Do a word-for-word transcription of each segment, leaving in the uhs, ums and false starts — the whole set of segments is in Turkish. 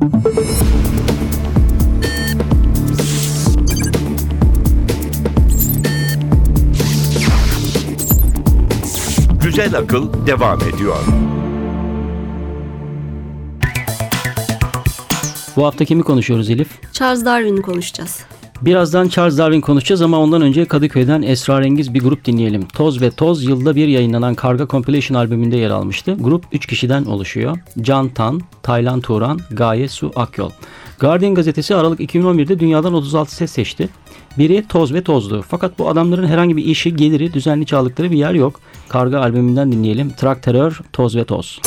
Güzel Akıl devam ediyor. Bu hafta kimi konuşuyoruz Elif? Charles Darwin'i konuşacağız. Birazdan Charles Darwin konuşacağız ama ondan önce Kadıköy'den esrarengiz bir grup dinleyelim. Toz ve Toz yılda bir yayınlanan Karga Compilation albümünde yer almıştı. Grup üç kişiden oluşuyor. Can Tan, Taylan Turan, Gaye Su Akyol. Guardian gazetesi Aralık iki bin on birde dünyadan otuz altı ses seçti. Biri Toz ve Toz'du. Fakat bu adamların herhangi bir işi, geliri, düzenli çaldıkları bir yer yok. Karga albümünden dinleyelim. Trak Terör, Toz ve Toz.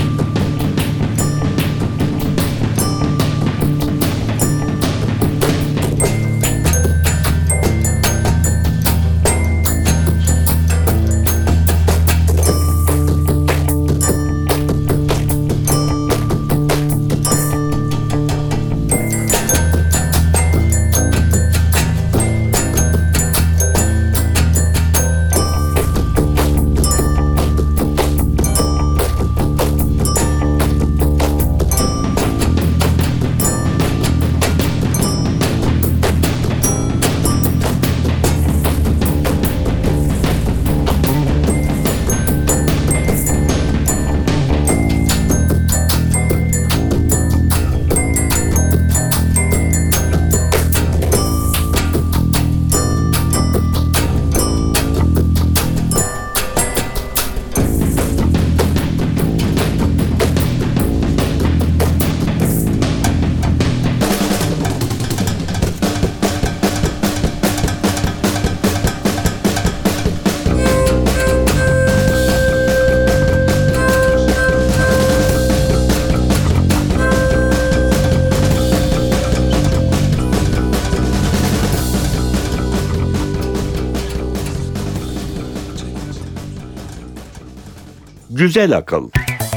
Güzel Akıl.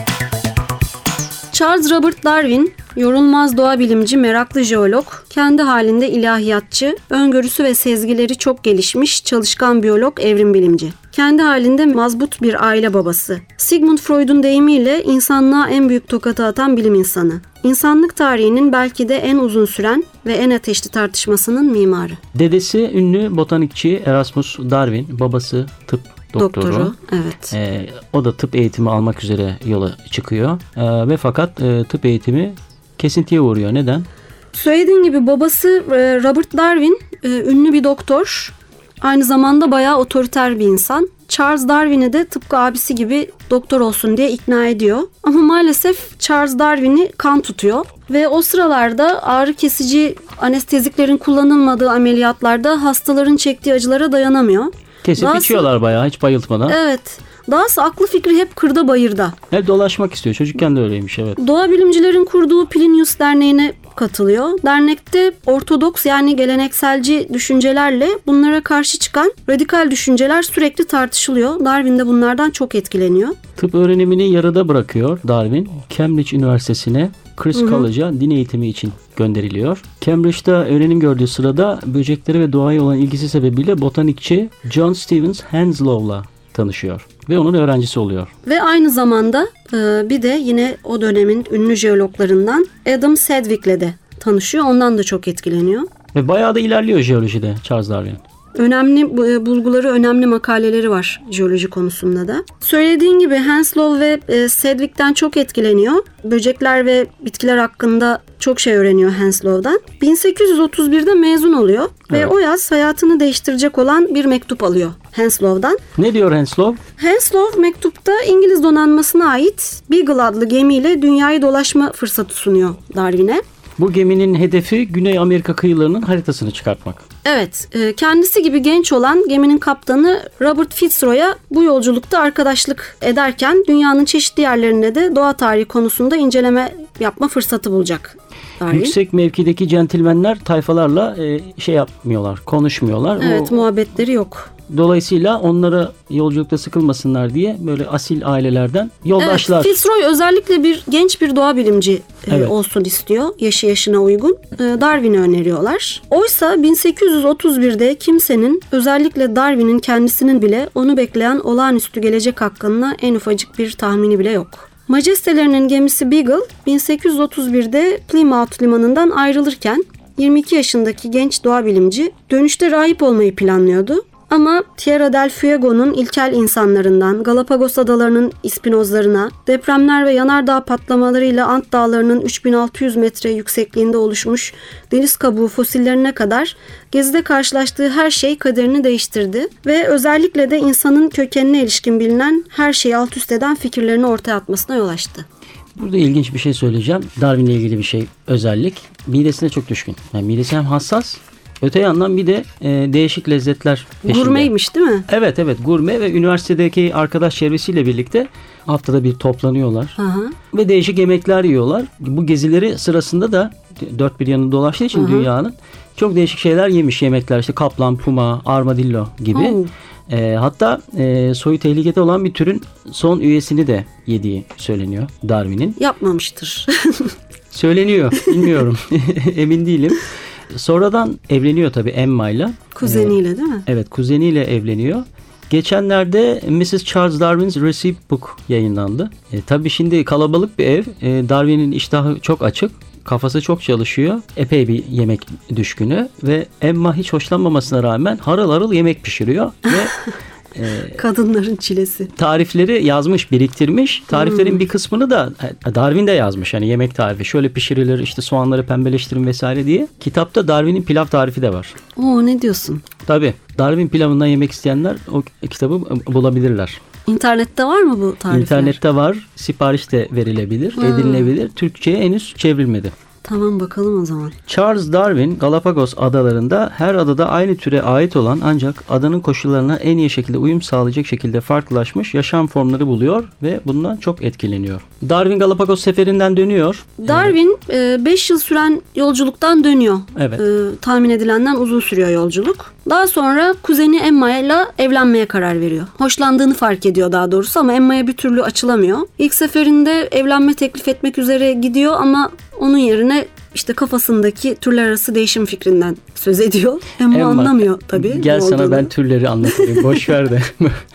Charles Robert Darwin, yorulmaz doğa bilimci, meraklı jeolog, kendi halinde ilahiyatçı, öngörüsü ve sezgileri çok gelişmiş, çalışkan biyolog, evrim bilimci. Kendi halinde mazbut bir aile babası. Sigmund Freud'un deyimiyle insanlığa en büyük tokatı atan bilim insanı. İnsanlık tarihinin belki de en uzun süren ve en ateşli tartışmasının mimarı. Dedesi ünlü botanikçi Erasmus Darwin, babası tıp doktoru. Doktoru, evet. Ee, o da tıp eğitimi almak üzere yola çıkıyor. Ee, ve fakat e, tıp eğitimi kesintiye uğruyor. Neden? Söylediğin gibi babası e, Robert Darwin e, ünlü bir doktor. Aynı zamanda bayağı otoriter bir insan. Charles Darwin'i de tıpkı abisi gibi doktor olsun diye ikna ediyor. Ama maalesef Charles Darwin'i kan tutuyor. Ve o sıralarda ağrı kesici anesteziklerin kullanılmadığı ameliyatlarda hastaların çektiği acılara dayanamıyor. Kesip Dahası, içiyorlar bayağı hiç bayıltmadan. Evet. Dahası aklı fikri hep kırda bayırda. Hep dolaşmak istiyor. Çocukken de öyleymiş, evet. Doğa bilimcilerin kurduğu Plinius Derneği'ne katılıyor. Dernekte ortodoks yani gelenekselci düşüncelerle bunlara karşı çıkan radikal düşünceler sürekli tartışılıyor. Darwin de bunlardan çok etkileniyor. Tıp öğrenimini yarıda bırakıyor Darwin. Cambridge Üniversitesi'ne Christ College'a din eğitimi için gönderiliyor. Cambridge'da öğrenim gördüğü sırada böceklere ve doğaya olan ilgisi sebebiyle botanikçi John Stevens Henslow'la tanışıyor ve onun öğrencisi oluyor. Ve aynı zamanda e, bir de yine o dönemin ünlü jeologlarından Adam Sedgwick'le de tanışıyor. Ondan da çok etkileniyor. Ve bayağı da ilerliyor jeolojide Charles Darwin. Önemli bulguları, önemli makaleleri var jeoloji konusunda da. Söylediğin gibi Henslow ve e, Sedgwick'ten çok etkileniyor. Böcekler ve bitkiler hakkında çok şey öğreniyor Henslow'dan. bin sekiz yüz otuz birde mezun oluyor ve evet. O yaz hayatını değiştirecek olan bir mektup alıyor Henslow'dan. Ne diyor Henslow? Henslow mektupta İngiliz donanmasına ait Beagle adlı gemiyle dünyayı dolaşma fırsatı sunuyor Darwin'e. Bu geminin hedefi Güney Amerika kıyılarının haritasını çıkartmak. Evet, kendisi gibi genç olan geminin kaptanı Robert Fitzroy'a bu yolculukta arkadaşlık ederken dünyanın çeşitli yerlerinde de doğa tarihi konusunda inceleme yapma fırsatı bulacak. Darwin. Yüksek mevkideki centilmenler tayfalarla şey yapmıyorlar, konuşmuyorlar. Evet, o, muhabbetleri yok. Dolayısıyla onlara yolculukta sıkılmasınlar diye böyle asil ailelerden yoldaşlar. Evet, Fitzroy özellikle bir genç bir doğa bilimci evet. e, olsun istiyor. Yaşı yaşına uygun. E, Darwin'i öneriyorlar. Oysa bin sekiz yüz otuz birde kimsenin, özellikle Darwin'in kendisinin bile onu bekleyen olağanüstü gelecek hakkında en ufacık bir tahmini bile yok. Majestelerinin gemisi Beagle bin sekiz yüz otuz birde Plymouth limanından ayrılırken yirmi iki yaşındaki genç doğa bilimci dönüşte rahip olmayı planlıyordu. Ama Tierra del Fuego'nun ilkel insanlarından Galapagos adalarının ispinozlarına, depremler ve yanardağ patlamalarıyla Ant dağlarının üç bin altı yüz metre yüksekliğinde oluşmuş deniz kabuğu fosillerine kadar gezide karşılaştığı her şey kaderini değiştirdi ve özellikle de insanın kökenine ilişkin bilinen her şeyi alt üst eden fikirlerini ortaya atmasına yol açtı. Burada ilginç bir şey söyleyeceğim. Darwin'le ilgili bir şey, özellik. Midesine çok düşkün. Yani midesi hem hassas, öte yandan bir de e, değişik lezzetler peşinde. Gurmeymiş değil mi? Evet evet gurme ve üniversitedeki arkadaş çevresiyle birlikte haftada bir toplanıyorlar. Aha. Ve değişik yemekler yiyorlar. Bu gezileri sırasında da dört bir yanı dolaştığı için Aha. dünyanın çok değişik şeyler yemiş yemekler. İşte kaplan, puma, armadillo gibi. E, hatta e, soyu tehlikede olan bir türün son üyesini de yediği söyleniyor Darwin'in. Yapmamıştır. Söyleniyor. Bilmiyorum. Emin değilim. Sonradan evleniyor tabii Emma'yla. Kuzeniyle değil mi? Evet, kuzeniyle evleniyor. Geçenlerde missus Charles Darwin's Recipe Book yayınlandı. E, tabii şimdi kalabalık bir ev. E, Darwin'in iştahı çok açık. Kafası çok çalışıyor. Epey bir yemek düşkünü. Ve Emma hiç hoşlanmamasına rağmen harıl harıl yemek pişiriyor. Ve e, kadınların çilesi. Tarifleri yazmış, biriktirmiş. Tariflerin hmm. bir kısmını da Darwin de yazmış. Hani yemek tarifi. Şöyle pişirilir, işte soğanları pembeleştirin vesaire diye. Kitapta Darwin'in pilav tarifi de var. Oo, ne diyorsun? Tabii. Darwin pilavından yemek isteyenler o kitabı bulabilirler. İnternette var mı bu tarifler? İnternette var. Sipariş de verilebilir, ha. edinilebilir. Türkçe'ye henüz çevrilmedi. Tamam, bakalım o zaman. Charles Darwin Galapagos adalarında her adada aynı türe ait olan ancak adanın koşullarına en iyi şekilde uyum sağlayacak şekilde farklılaşmış yaşam formları buluyor ve bundan çok etkileniyor. Darwin Galapagos seferinden dönüyor. Darwin beş yıl süren yolculuktan dönüyor. Evet. E, tahmin edilenden uzun sürüyor yolculuk. Daha sonra kuzeni Emma ile evlenmeye karar veriyor. Hoşlandığını fark ediyor daha doğrusu ama Emma'ya bir türlü açılamıyor. İlk seferinde evlenme teklif etmek üzere gidiyor ama onun yerine işte kafasındaki türler arası değişim fikrinden söz ediyor. Emma, Emma anlamıyor tabii. Gel sana ben türleri anlatayım. Boş ver de.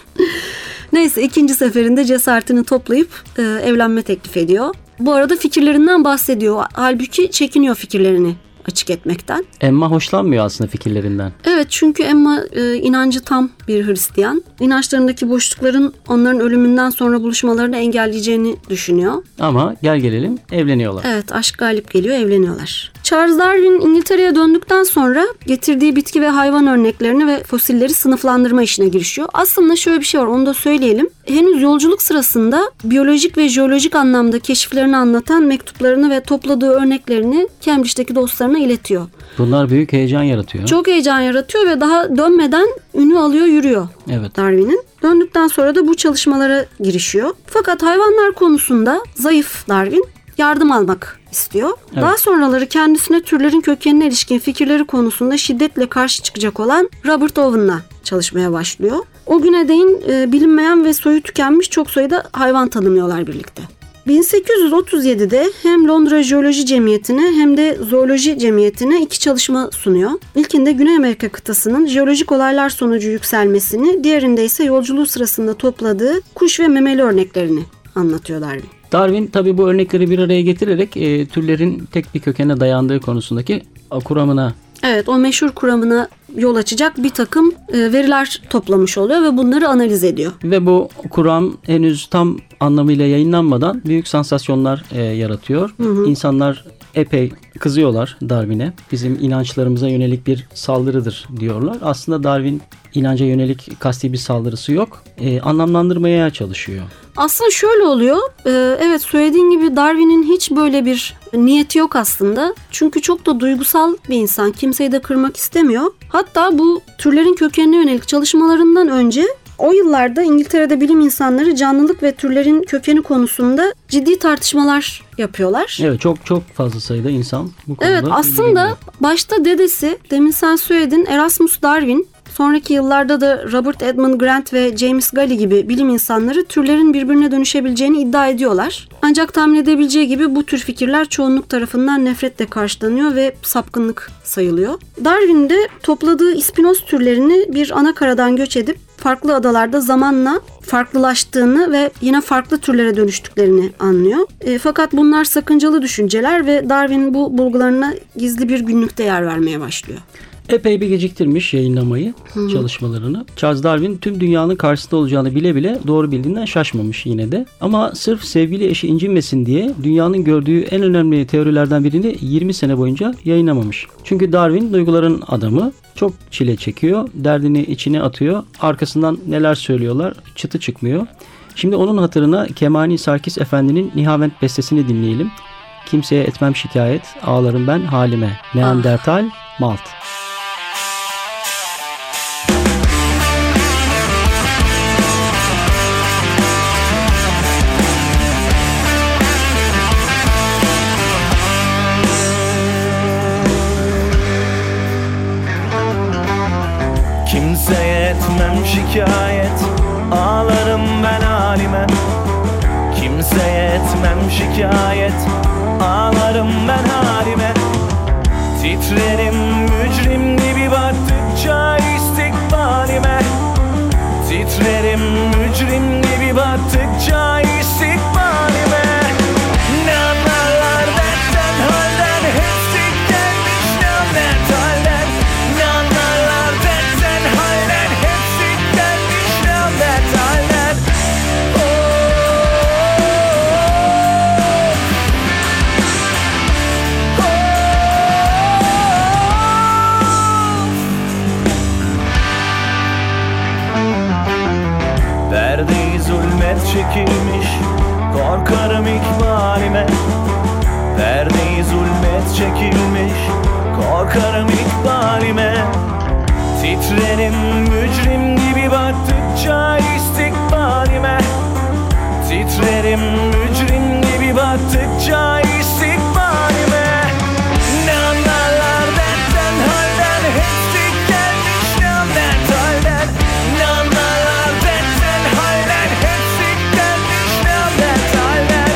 Neyse, ikinci seferinde cesaretini toplayıp e, evlenme teklif ediyor. Bu arada fikirlerinden bahsediyor. Halbuki çekiniyor fikirlerini açık etmekten. Emma hoşlanmıyor aslında fikirlerinden. Evet, çünkü Emma e, inancı tam bir Hristiyan. İnançlarındaki boşlukların onların ölümünden sonra buluşmalarını engelleyeceğini düşünüyor. Ama gel gelelim evleniyorlar. Evet, aşk galip geliyor, evleniyorlar. Charles Darwin İngiltere'ye döndükten sonra getirdiği bitki ve hayvan örneklerini ve fosilleri sınıflandırma işine girişiyor. Aslında şöyle bir şey var, onu da söyleyelim. Henüz yolculuk sırasında biyolojik ve jeolojik anlamda keşiflerini anlatan mektuplarını ve topladığı örneklerini Cambridge'deki dostlarına iletiyor. Bunlar büyük heyecan yaratıyor. Çok heyecan yaratıyor ve daha dönmeden ünü alıyor, yürüyor evet. Darwin'in. Döndükten sonra da bu çalışmalara girişiyor. Fakat hayvanlar konusunda zayıf Darwin yardım almak istiyor. Evet. Daha sonraları kendisine türlerin kökenine ilişkin fikirleri konusunda şiddetle karşı çıkacak olan Robert Owen'la çalışmaya başlıyor. O güne değin e, bilinmeyen ve soyu tükenmiş çok sayıda hayvan tanımlıyorlar birlikte. bin sekiz yüz otuz yedide hem Londra Jeoloji Cemiyeti'ne hem de Zooloji Cemiyeti'ne iki çalışma sunuyor. İlkinde Güney Amerika kıtasının jeolojik olaylar sonucu yükselmesini, diğerinde ise yolculuğu sırasında topladığı kuş ve memeli örneklerini anlatıyor Darwin. Darwin tabii bu örnekleri bir araya getirerek e, türlerin tek bir kökene dayandığı konusundaki kuramına. Evet, o meşhur kuramına yol açacak bir takım e, veriler toplamış oluyor ve bunları analiz ediyor. Ve bu kuram henüz tam anlamıyla yayınlanmadan büyük sansasyonlar e, yaratıyor. Hı hı. İnsanlar epey kızıyorlar Darwin'e. Bizim inançlarımıza yönelik bir saldırıdır diyorlar. Aslında Darwin inanca yönelik kasti bir saldırısı yok. E, anlamlandırmaya çalışıyor. Aslında şöyle oluyor. E, evet, söylediğin gibi Darwin'in hiç böyle bir niyeti yok aslında. Çünkü çok da duygusal bir insan. Kimseyi de kırmak istemiyor. Hatta bu türlerin kökenine yönelik çalışmalarından önce o yıllarda İngiltere'de bilim insanları canlılık ve türlerin kökeni konusunda ciddi tartışmalar yapıyorlar. Evet, çok çok fazla sayıda insan bu konuda. Evet, aslında başta dedesi, demin sen söyledin, Erasmus Darwin, sonraki yıllarda da Robert Edmund Grant ve James Galley gibi bilim insanları türlerin birbirine dönüşebileceğini iddia ediyorlar. Ancak tahmin edebileceği gibi bu tür fikirler çoğunluk tarafından nefretle karşılanıyor ve sapkınlık sayılıyor. Darwin de topladığı ispinoz türlerini bir ana karadan göç edip farklı adalarda zamanla farklılaştığını ve yine farklı türlere dönüştüklerini anlıyor. E, fakat bunlar sakıncalı düşünceler ve Darwin bu bulgularına gizli bir günlükte yer vermeye başlıyor. Epey bir geciktirmiş yayınlamayı, Hı-hı. çalışmalarını. Charles Darwin tüm dünyanın karşısında olacağını bile bile doğru bildiğinden şaşmamış yine de. Ama sırf sevgili eşi incinmesin diye dünyanın gördüğü en önemli teorilerden birini yirmi sene boyunca yayınlamamış. Çünkü Darwin duyguların adamı, çok çile çekiyor, derdini içine atıyor, arkasından neler söylüyorlar çıtı çıkmıyor. Şimdi onun hatırına Kemani Sarkis Efendi'nin Nihavent bestesini dinleyelim. Kimseye etmem şikayet, ağlarım ben halime. Neandertal, Malt. Kimseye etmem şikayet, ağlarım ben halime. Kimseye etmem şikayet, ağlarım ben halime. Titrerim mücrim gibi baktıkça istikbalime. Titrerim mücrim gibi baktıkça istikbalime. Ne anlarlar dertten halden, hepsi gelmiş neandertalden. Ne anlarlar dertten halden, hepsi gelmiş neandertalden. Perde-i zulmet çekilmiş, korkarım ikbalime. Perde-i zulmet çekilmiş, korkarım ikbalime. Titrerim mücrim gibi baktıkça istikbalime. Titrerim mücrim gibi baktıkça istikbalime. Ne anlarlar dertten halden, hepsi gelmiş neandertalden. Ne anlarlar dertten halden, hepsi gelmiş neandertalden.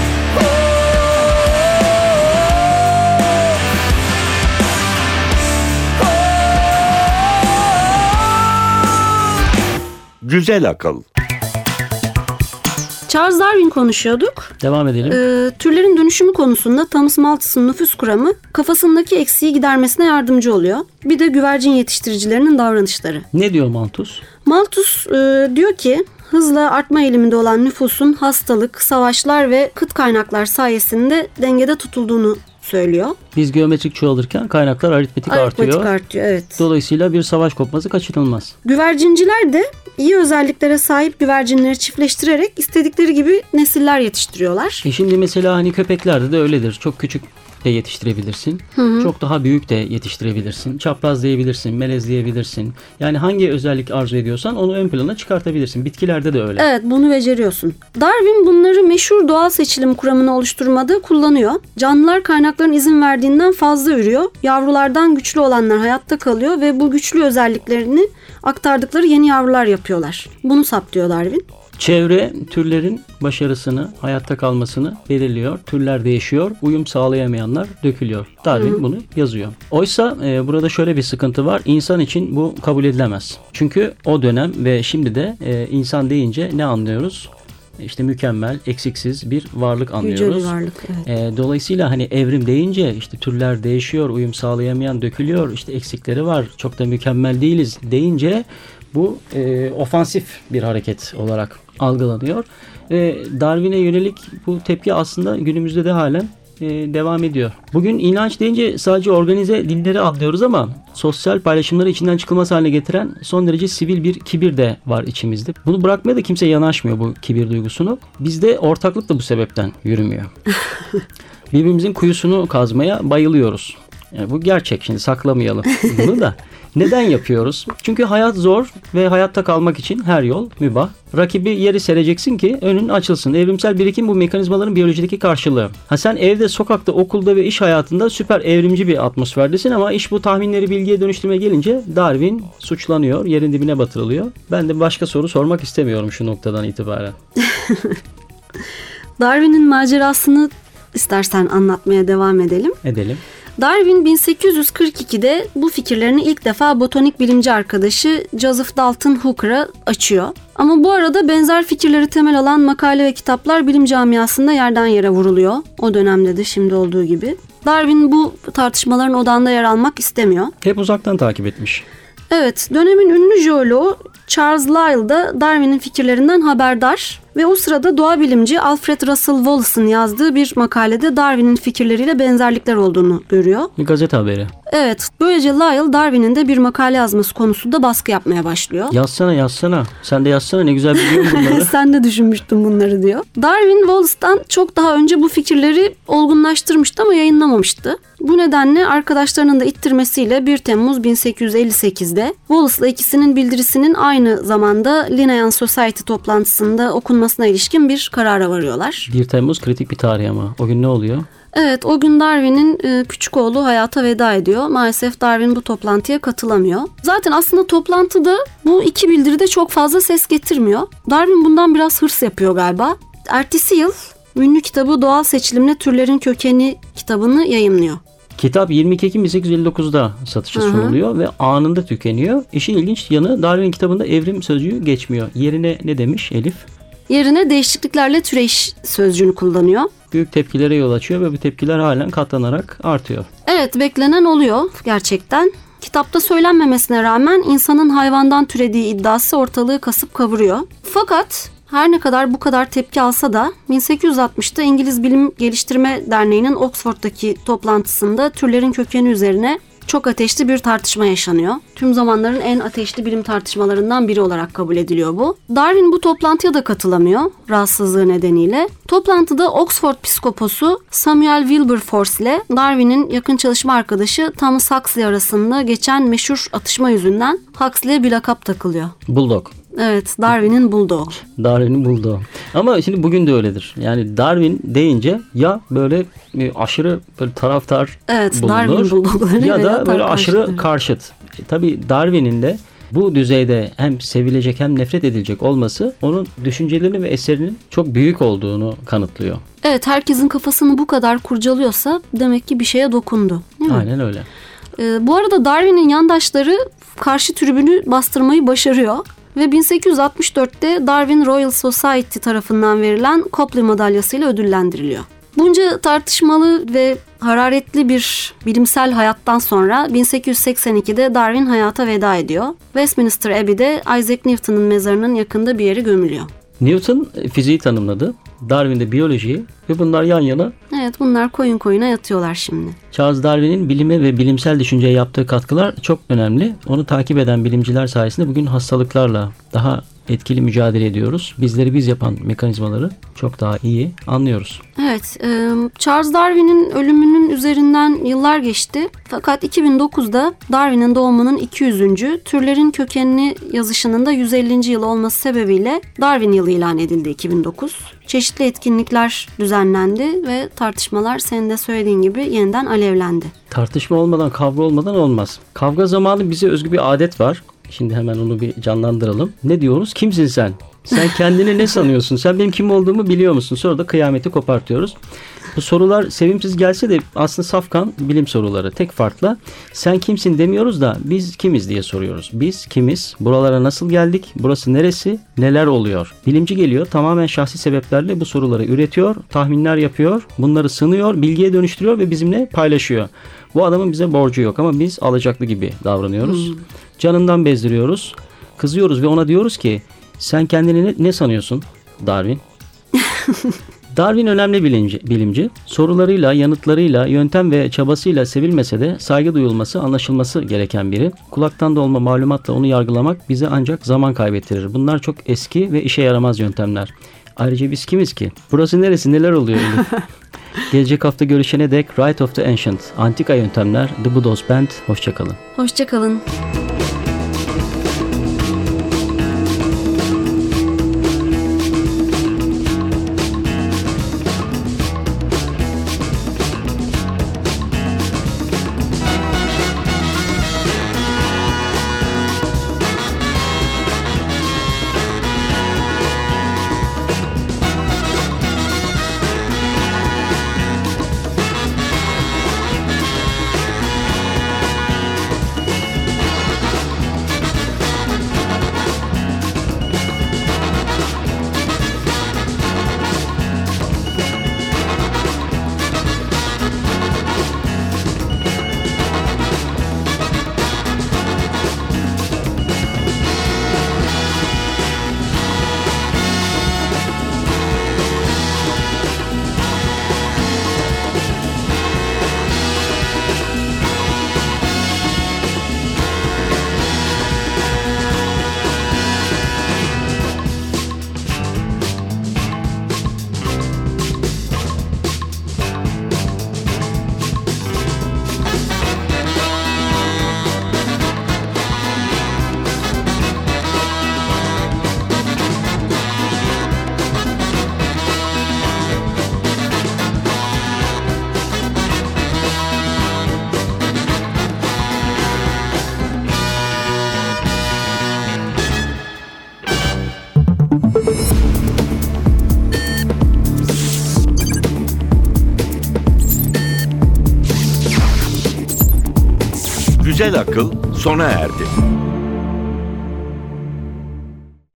Güzel akıl. Charles Darwin konuşuyorduk. Devam edelim. Ee, türlerin dönüşümü konusunda Thomas Malthus'un nüfus kuramı kafasındaki eksiği gidermesine yardımcı oluyor. Bir de güvercin yetiştiricilerinin davranışları. Ne diyor Malthus? Malthus e, diyor ki hızla artma eğiliminde olan nüfusun hastalık, savaşlar ve kıt kaynaklar sayesinde dengede tutulduğunu söylüyor. Biz geometrik çoğalırken kaynaklar aritmetik, aritmetik artıyor. artıyor. Evet. Dolayısıyla bir savaş kopması kaçınılmaz. Güvercinciler de iyi özelliklere sahip güvercinleri çiftleştirerek istedikleri gibi nesiller yetiştiriyorlar. E şimdi mesela hani köpeklerde de öyledir. Çok küçük de yetiştirebilirsin. Hı hı. Çok daha büyük de yetiştirebilirsin. Çaprazlayabilirsin, melezleyebilirsin. Yani hangi özellik arzu ediyorsan onu ön plana çıkartabilirsin. Bitkilerde de öyle. Evet, bunu beceriyorsun. Darwin bunları meşhur doğal seçilim kuramını oluşturmada kullanıyor. Canlılar kaynakların izin verdiğinden fazla ürüyor. Yavrulardan güçlü olanlar hayatta kalıyor ve bu güçlü özelliklerini aktardıkları yeni yavrular yapıyorlar. Bunu saptıyor Darwin. Çevre türlerin başarısını, hayatta kalmasını belirliyor. Türler değişiyor, uyum sağlayamayanlar dökülüyor. Darwin Hı. bunu yazıyor. Oysa e, burada şöyle bir sıkıntı var. İnsan için bu kabul edilemez. Çünkü o dönem ve şimdi de e, insan deyince ne anlıyoruz? İşte mükemmel, eksiksiz bir varlık anlıyoruz. Yüce bir varlık, evet. E, dolayısıyla hani evrim deyince işte türler değişiyor, uyum sağlayamayan dökülüyor, işte eksikleri var, çok da mükemmel değiliz deyince bu e, ofansif bir hareket olarak algılanıyor. Ve Darwin'e yönelik bu tepki aslında günümüzde de halen e, devam ediyor. Bugün inanç deyince sadece organize dinleri anlıyoruz ama sosyal paylaşımları içinden çıkılmaz haline getiren son derece sivil bir kibir de var içimizde. Bunu bırakmaya da kimse yanaşmıyor, bu kibir duygusunu. Bizde ortaklık da bu sebepten yürümüyor. Birbirimizin kuyusunu kazmaya bayılıyoruz. Yani bu gerçek, şimdi saklamayalım bunu da. Neden yapıyoruz? Çünkü hayat zor ve hayatta kalmak için her yol mübah. Rakibi yeri sereceksin ki önün açılsın. Evrimsel birikim bu mekanizmaların biyolojideki karşılığı. Ha sen evde, sokakta, okulda ve iş hayatında süper evrimci bir atmosferdesin ama iş bu tahminleri bilgiye dönüştürmeye gelince Darwin suçlanıyor, yerin dibine batırılıyor. Ben de başka soru sormak istemiyorum şu noktadan itibaren. Darwin'in macerasını istersen anlatmaya devam edelim. Edelim. Darwin bin sekiz yüz kırk ikide bu fikirlerini ilk defa botanik bilimci arkadaşı Joseph Dalton Hooker'a açıyor. Ama bu arada benzer fikirleri temel alan makale ve kitaplar bilim camiasında yerden yere vuruluyor. O dönemde de şimdi olduğu gibi. Darwin bu tartışmaların odağında yer almak istemiyor. Hep uzaktan takip etmiş. Evet, dönemin ünlü jeoloğu Charles Lyell da Darwin'in fikirlerinden haberdar ve o sırada doğa bilimci Alfred Russel Wallace'ın yazdığı bir makalede Darwin'in fikirleriyle benzerlikler olduğunu görüyor. Bir gazete haberi. Evet, böylece Lyell Darwin'in de bir makale yazması konusunda baskı yapmaya başlıyor. Yazsana yazsana. Sen de yazsana, ne güzel biliyorsun bunları. Sen de düşünmüştün bunları diyor. Darwin Wallace'tan çok daha önce bu fikirleri olgunlaştırmıştı ama yayınlamamıştı. Bu nedenle arkadaşlarının da ittirmesiyle bir Temmuz bin sekiz yüz elli sekizde Wallace'la ikisinin bildirisinin aynı zamanda Linnean Society toplantısında okunmasına ilişkin bir karara varıyorlar. bir Temmuz kritik bir tarih ama. O gün ne oluyor? Evet, o gün Darwin'in e, küçük oğlu hayata veda ediyor. Maalesef Darwin bu toplantıya katılamıyor. Zaten aslında toplantıda bu iki bildiri de çok fazla ses getirmiyor. Darwin bundan biraz hırs yapıyor galiba. Ertesi yıl ünlü kitabı Doğal Seçilimle Türlerin Kökeni kitabını yayımlıyor. Kitap yirmi iki Ekim bin sekiz yüz elli dokuzda satışa Hı hı. sunuluyor ve anında tükeniyor. İşin ilginç yanı, Darwin kitabında evrim sözcüğü geçmiyor. Yerine ne demiş Elif? Yerine değişikliklerle türeyiş sözcüğünü kullanıyor. Büyük tepkilere yol açıyor ve bu tepkiler halen katlanarak artıyor. Evet, beklenen oluyor gerçekten. Kitapta söylenmemesine rağmen insanın hayvandan türediği iddiası ortalığı kasıp kavuruyor. Fakat her ne kadar bu kadar tepki alsa da bin sekiz yüz altmışta İngiliz Bilim Geliştirme Derneği'nin Oxford'daki toplantısında türlerin kökeni üzerine çok ateşli bir tartışma yaşanıyor. Tüm zamanların en ateşli bilim tartışmalarından biri olarak kabul ediliyor bu. Darwin bu toplantıya da katılamıyor rahatsızlığı nedeniyle. Toplantıda Oxford psikoposu Samuel Wilberforce ile Darwin'in yakın çalışma arkadaşı Thomas Huxley arasında geçen meşhur atışma yüzünden Huxley'e bir lakap takılıyor. Bulldog. Evet, Darwin'in bulduğu. Darwin'in bulduğu. Ama şimdi bugün de öyledir. Yani Darwin deyince ya böyle aşırı böyle taraftar Evet, bulunur, Darwin buldukları ya da böyle karşıtları. aşırı karşıt. E, tabii Darwin'in de bu düzeyde hem sevilecek hem nefret edilecek olması onun düşüncelerinin ve eserinin çok büyük olduğunu kanıtlıyor. Evet, herkesin kafasını bu kadar kurcalıyorsa demek ki bir şeye dokundu. Değil mi? Aynen öyle. Ee, bu arada Darwin'in yandaşları karşı tribünü bastırmayı başarıyor. Ve bin sekiz yüz altmış dörtte Darwin Royal Society tarafından verilen Copley madalyasıyla ödüllendiriliyor. Bunca tartışmalı ve hararetli bir bilimsel hayattan sonra bin sekiz yüz seksen ikide Darwin hayata veda ediyor. Westminster Abbey'de Isaac Newton'un mezarının yakında bir yere gömülüyor. Newton fiziği tanımladı. Darwin de biyolojiyi ve bunlar yan yana. Evet, bunlar koyun koyuna yatıyorlar şimdi. Charles Darwin'in bilime ve bilimsel düşünceye yaptığı katkılar çok önemli. Onu takip eden bilimciler sayesinde bugün hastalıklarla daha etkili mücadele ediyoruz. Bizleri biz yapan mekanizmaları çok daha iyi anlıyoruz. Evet, Charles Darwin'in ölümünün üzerinden yıllar geçti. Fakat iki bin dokuzda Darwin'in doğumunun iki yüzüncü türlerin kökenini yazışının da yüz ellinci yıl olması sebebiyle Darwin yılı ilan edildi iki bin dokuz. Çeşitli etkinlikler düzenlendi ve tartışmalar senin de söylediğin gibi yeniden alevlendi. Tartışma olmadan, kavga olmadan olmaz. Kavga zamanı bize özgü bir adet var. Şimdi hemen onu bir canlandıralım. Ne diyoruz? Kimsin sen? Sen kendini ne sanıyorsun? Sen benim kim olduğumu biliyor musun? Sonra da kıyameti kopartıyoruz. Bu sorular sevimsiz gelse de aslında safkan bilim soruları. Tek farkla sen kimsin demiyoruz da biz kimiz diye soruyoruz. Biz kimiz? Buralara nasıl geldik? Burası neresi? Neler oluyor? Bilimci geliyor, tamamen şahsi sebeplerle bu soruları üretiyor, tahminler yapıyor, bunları sınıyor, bilgiye dönüştürüyor ve bizimle paylaşıyor. Bu adamın bize borcu yok ama biz alacaklı gibi davranıyoruz. Hmm. Canından bezdiriyoruz, kızıyoruz ve ona diyoruz ki sen kendini ne, ne sanıyorsun Darwin? Darwin önemli bilimci, bilimci. Sorularıyla, yanıtlarıyla, yöntem ve çabasıyla sevilmese de saygı duyulması, anlaşılması gereken biri. Kulaktan dolma malumatla onu yargılamak bize ancak zaman kaybettirir. Bunlar çok eski ve işe yaramaz yöntemler. Ayrıca biz kimiz ki? Burası neresi? Neler oluyor Elif? Gelecek hafta görüşene dek Rite of the Ancient, Antika Yöntemler, The Budos Band. Hoşçakalın. Hoşçakalın. Güzel akıl sona erdi.